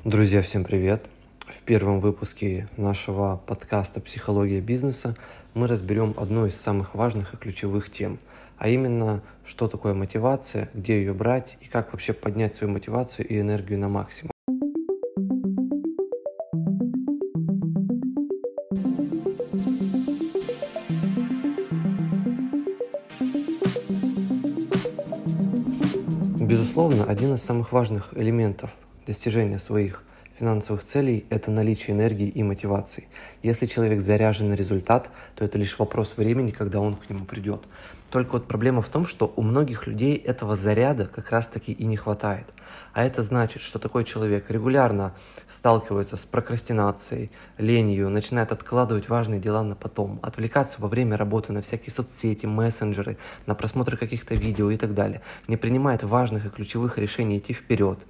Друзья, всем привет! В первом выпуске нашего подкаста «Психология бизнеса» мы разберем одну из самых важных и ключевых тем, а именно, что такое мотивация, где ее брать и как вообще поднять свою мотивацию и энергию на максимум. Безусловно, один из самых важных элементов достижения своих финансовых целей – это наличие энергии и мотивации. Если человек заряжен на результат, то это лишь вопрос времени, когда он к нему придет. Только вот проблема в том, что у многих людей этого заряда как раз-таки и не хватает. А это значит, что такой человек регулярно сталкивается с прокрастинацией, ленью, начинает откладывать важные дела на потом, отвлекаться во время работы на всякие соцсети, мессенджеры, на просмотр каких-то видео и так далее, не принимает важных и ключевых решений идти вперед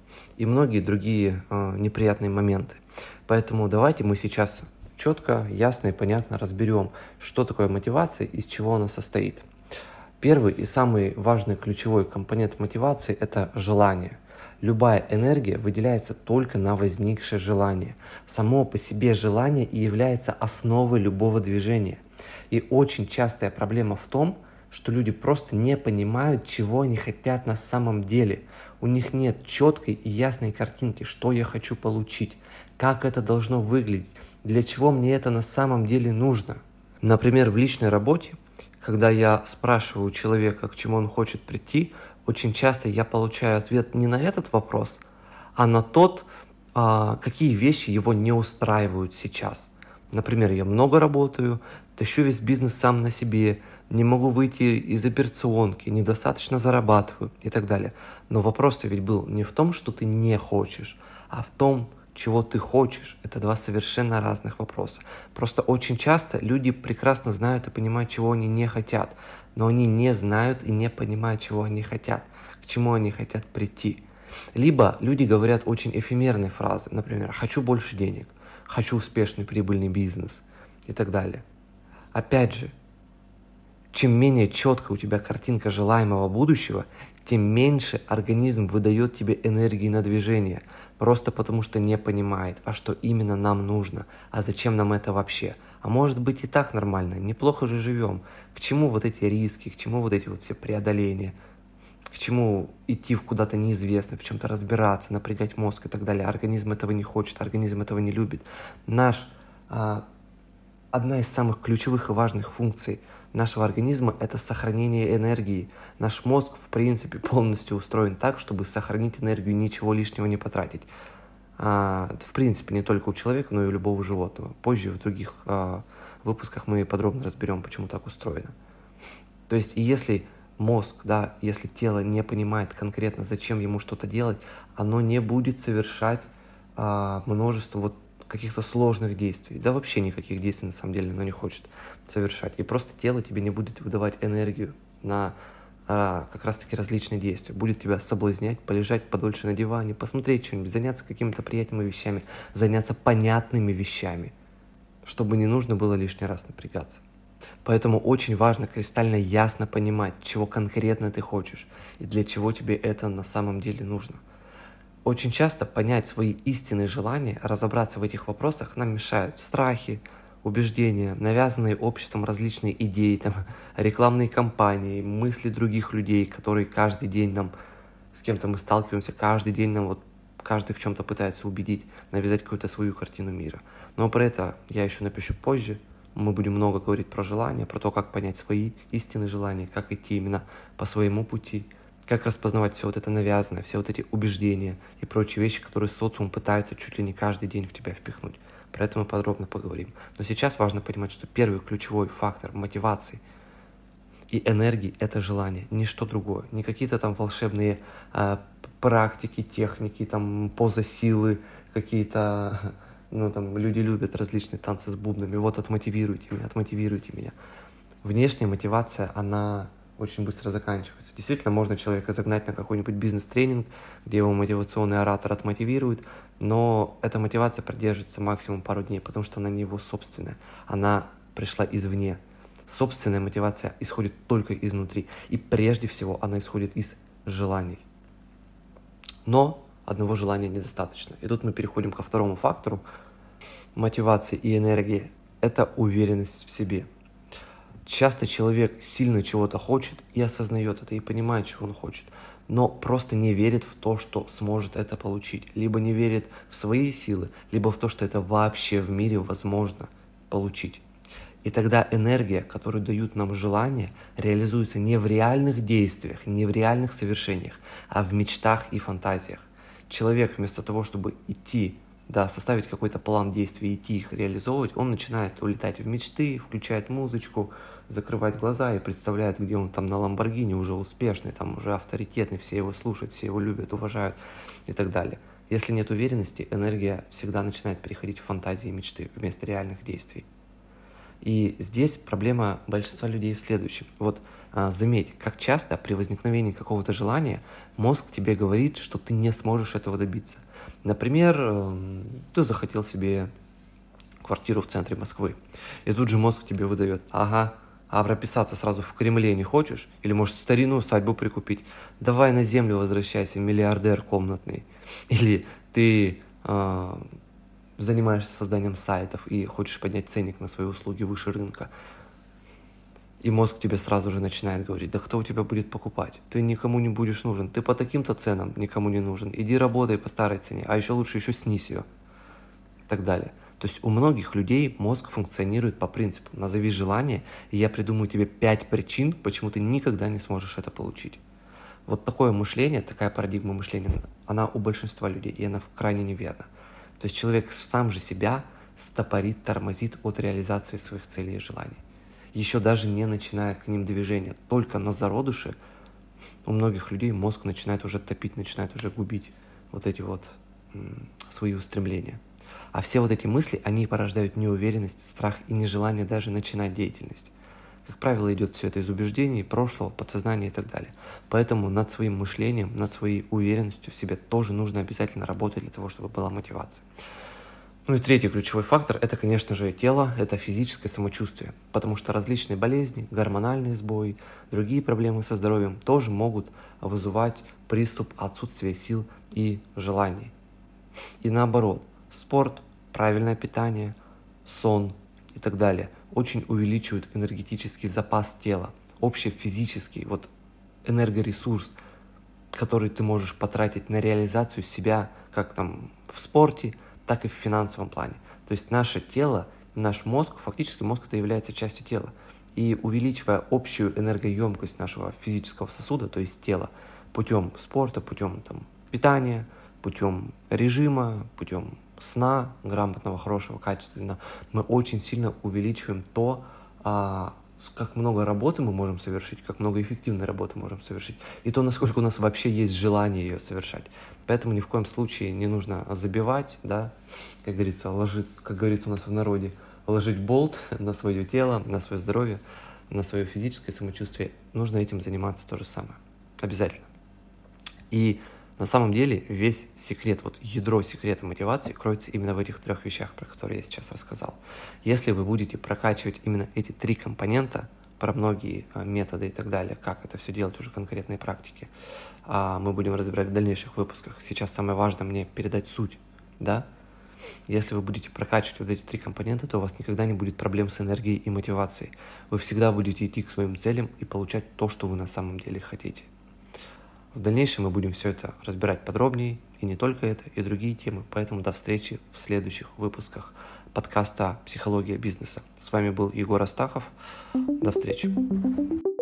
и многие другие неприятные моменты. Поэтому давайте мы сейчас четко, ясно и понятно разберем, что такое мотивация и из чего она состоит. Первый и самый важный ключевой компонент мотивации – это желание. Любая энергия выделяется только на возникшее желание. Само по себе желание и является основой любого движения. И очень частая проблема в том, что люди просто не понимают, чего они хотят на самом деле. У них нет четкой и ясной картинки, что я хочу получить, как это должно выглядеть, для чего мне это на самом деле нужно. Например, в личной работе, когда я спрашиваю у человека, к чему он хочет прийти, очень часто я получаю ответ не на этот вопрос, а на тот, какие вещи его не устраивают сейчас. Например, я много работаю, тащу весь бизнес сам на себе, не могу выйти из операционки, недостаточно зарабатываю и так далее. Но вопрос-то ведь был не в том, что ты не хочешь, а в том, чего ты хочешь. Это два совершенно разных вопроса. Просто очень часто люди прекрасно знают и понимают, чего они не хотят, но они не знают и не понимают, чего они хотят, к чему они хотят прийти. Либо люди говорят очень эфемерные фразы, например, «хочу больше денег», «хочу успешный прибыльный бизнес» и так далее. Опять же, чем менее четкая у тебя картинка желаемого будущего, тем меньше организм выдает тебе энергии на движение, просто потому что не понимает, а что именно нам нужно, а зачем нам это вообще. А может быть и так нормально, неплохо же живем. К чему вот эти риски, к чему вот эти вот все преодоления, к чему идти в куда-то неизвестное, в чем-то разбираться, напрягать мозг и так далее. Организм этого не хочет, организм этого не любит. Одна из самых ключевых и важных функций нашего организма – это сохранение энергии. Наш мозг, в принципе, полностью устроен так, чтобы сохранить энергию, ничего лишнего не потратить. В принципе, не только у человека, но и у любого животного. Позже в других выпусках мы подробно разберем, почему так устроено. То есть, если мозг, если тело не понимает конкретно, зачем ему что-то делать, оно не будет совершать множество каких-то сложных действий, вообще никаких действий на самом деле оно не хочет совершать. И просто тело тебе не будет выдавать энергию на как раз-таки различные действия. Будет тебя соблазнять, полежать подольше на диване, посмотреть что-нибудь, заняться какими-то приятными вещами, заняться понятными вещами, чтобы не нужно было лишний раз напрягаться. Поэтому очень важно кристально ясно понимать, чего конкретно ты хочешь и для чего тебе это на самом деле нужно. Очень часто понять свои истинные желания, разобраться в этих вопросах нам мешают страхи, убеждения, навязанные обществом различные идеи, рекламные кампании, мысли других людей, которые каждый день с кем-то мы сталкиваемся, каждый день каждый в чем-то пытается убедить, навязать какую-то свою картину мира. Но про это я еще напишу позже. Мы будем много говорить про желания, про то, как понять свои истинные желания, как идти именно по своему пути. Как распознавать все это навязанное, все эти убеждения и прочие вещи, которые социум пытается чуть ли не каждый день в тебя впихнуть. Про это мы подробно поговорим. Но сейчас важно понимать, что первый ключевой фактор мотивации и энергии – это желание, ничто другое. Не какие-то волшебные практики, техники, поза силы, какие-то, люди любят различные танцы с бубнами. Отмотивируйте меня. Внешняя мотивация, она очень быстро заканчивается. Действительно, можно человека загнать на какой-нибудь бизнес-тренинг, где его мотивационный оратор отмотивирует, но эта мотивация продержится максимум пару дней, потому что она не его собственная, она пришла извне. Собственная мотивация исходит только изнутри, и прежде всего она исходит из желаний. Но одного желания недостаточно. И тут мы переходим ко второму фактору мотивации и энергии. Это уверенность в себе. Часто человек сильно чего-то хочет и осознает это, и понимает, чего он хочет, но просто не верит в то, что сможет это получить. Либо не верит в свои силы, либо в то, что это вообще в мире возможно получить. И тогда энергия, которую дают нам желания, реализуется не в реальных действиях, не в реальных совершениях, а в мечтах и фантазиях. Человек вместо того, чтобы идти, составить какой-то план действий, идти их реализовывать, он начинает улетать в мечты, включает музычку, закрывать глаза и представляет, где он там на Ламборгини уже успешный, там уже авторитетный, все его слушают, все его любят, уважают и так далее. Если нет уверенности, энергия всегда начинает переходить в фантазии и мечты вместо реальных действий. И здесь проблема большинства людей в следующем. Заметь, как часто при возникновении какого-то желания мозг тебе говорит, что ты не сможешь этого добиться. Например, ты захотел себе квартиру в центре Москвы, и тут же мозг тебе выдает: ага, а прописаться сразу в Кремле не хочешь? Или, может, старину усадьбу прикупить? Давай на землю возвращайся, миллиардер комнатный. Или ты занимаешься созданием сайтов и хочешь поднять ценник на свои услуги выше рынка. И мозг тебе сразу же начинает говорить: да кто у тебя будет покупать? Ты никому не будешь нужен, ты по таким-то ценам никому не нужен. Иди работай по старой цене, а еще лучше снизь ее. И так далее. То есть у многих людей мозг функционирует по принципу: назови желание, и я придумаю тебе 5 причин, почему ты никогда не сможешь это получить. Вот такое мышление, такая парадигма мышления, она у большинства людей, и она крайне неверна. То есть человек сам же себя стопорит, тормозит от реализации своих целей и желаний. Еще даже не начиная к ним движения, только на зародыше у многих людей мозг начинает уже топить, начинает уже губить свои устремления. А все эти мысли, они порождают неуверенность, страх и нежелание даже начинать деятельность. Как правило, идет все это из убеждений, прошлого, подсознания и так далее. Поэтому над своим мышлением, над своей уверенностью в себе тоже нужно обязательно работать для того, чтобы была мотивация. И третий ключевой фактор – это, конечно же, тело, это физическое самочувствие. Потому что различные болезни, гормональные сбои, другие проблемы со здоровьем тоже могут вызывать приступ отсутствия сил и желаний. И наоборот, спорт, правильное питание, сон и так далее очень увеличивают энергетический запас тела, общий физический энергоресурс, который ты можешь потратить на реализацию себя как в спорте, так и в финансовом плане. То есть наше тело, наш мозг, фактически мозг это является частью тела. И увеличивая общую энергоемкость нашего физического сосуда, то есть тела, путем спорта, путем питания, путем режима, путем сна, грамотного, хорошего, качественного, мы очень сильно увеличиваем то, как много работы мы можем совершить, как много эффективной работы можем совершить, и то, насколько у нас вообще есть желание ее совершать. Поэтому ни в коем случае не нужно забивать, как говорится у нас в народе, ложить болт на свое тело, на свое здоровье, на свое физическое самочувствие. Нужно этим заниматься то же самое. Обязательно. И на самом деле весь секрет, ядро секрета мотивации кроется именно в этих 3 вещах, про которые я сейчас рассказал. Если вы будете прокачивать именно эти 3 компонента, про многие методы и так далее, как это все делать уже конкретные практики, мы будем разбирать в дальнейших выпусках. Сейчас самое важное мне передать суть, Если вы будете прокачивать эти 3 компонента, то у вас никогда не будет проблем с энергией и мотивацией. Вы всегда будете идти к своим целям и получать то, что вы на самом деле хотите. В дальнейшем мы будем все это разбирать подробнее, и не только это, и другие темы. Поэтому до встречи в следующих выпусках подкаста «Психология бизнеса». С вами был Егор Астахов. До встречи.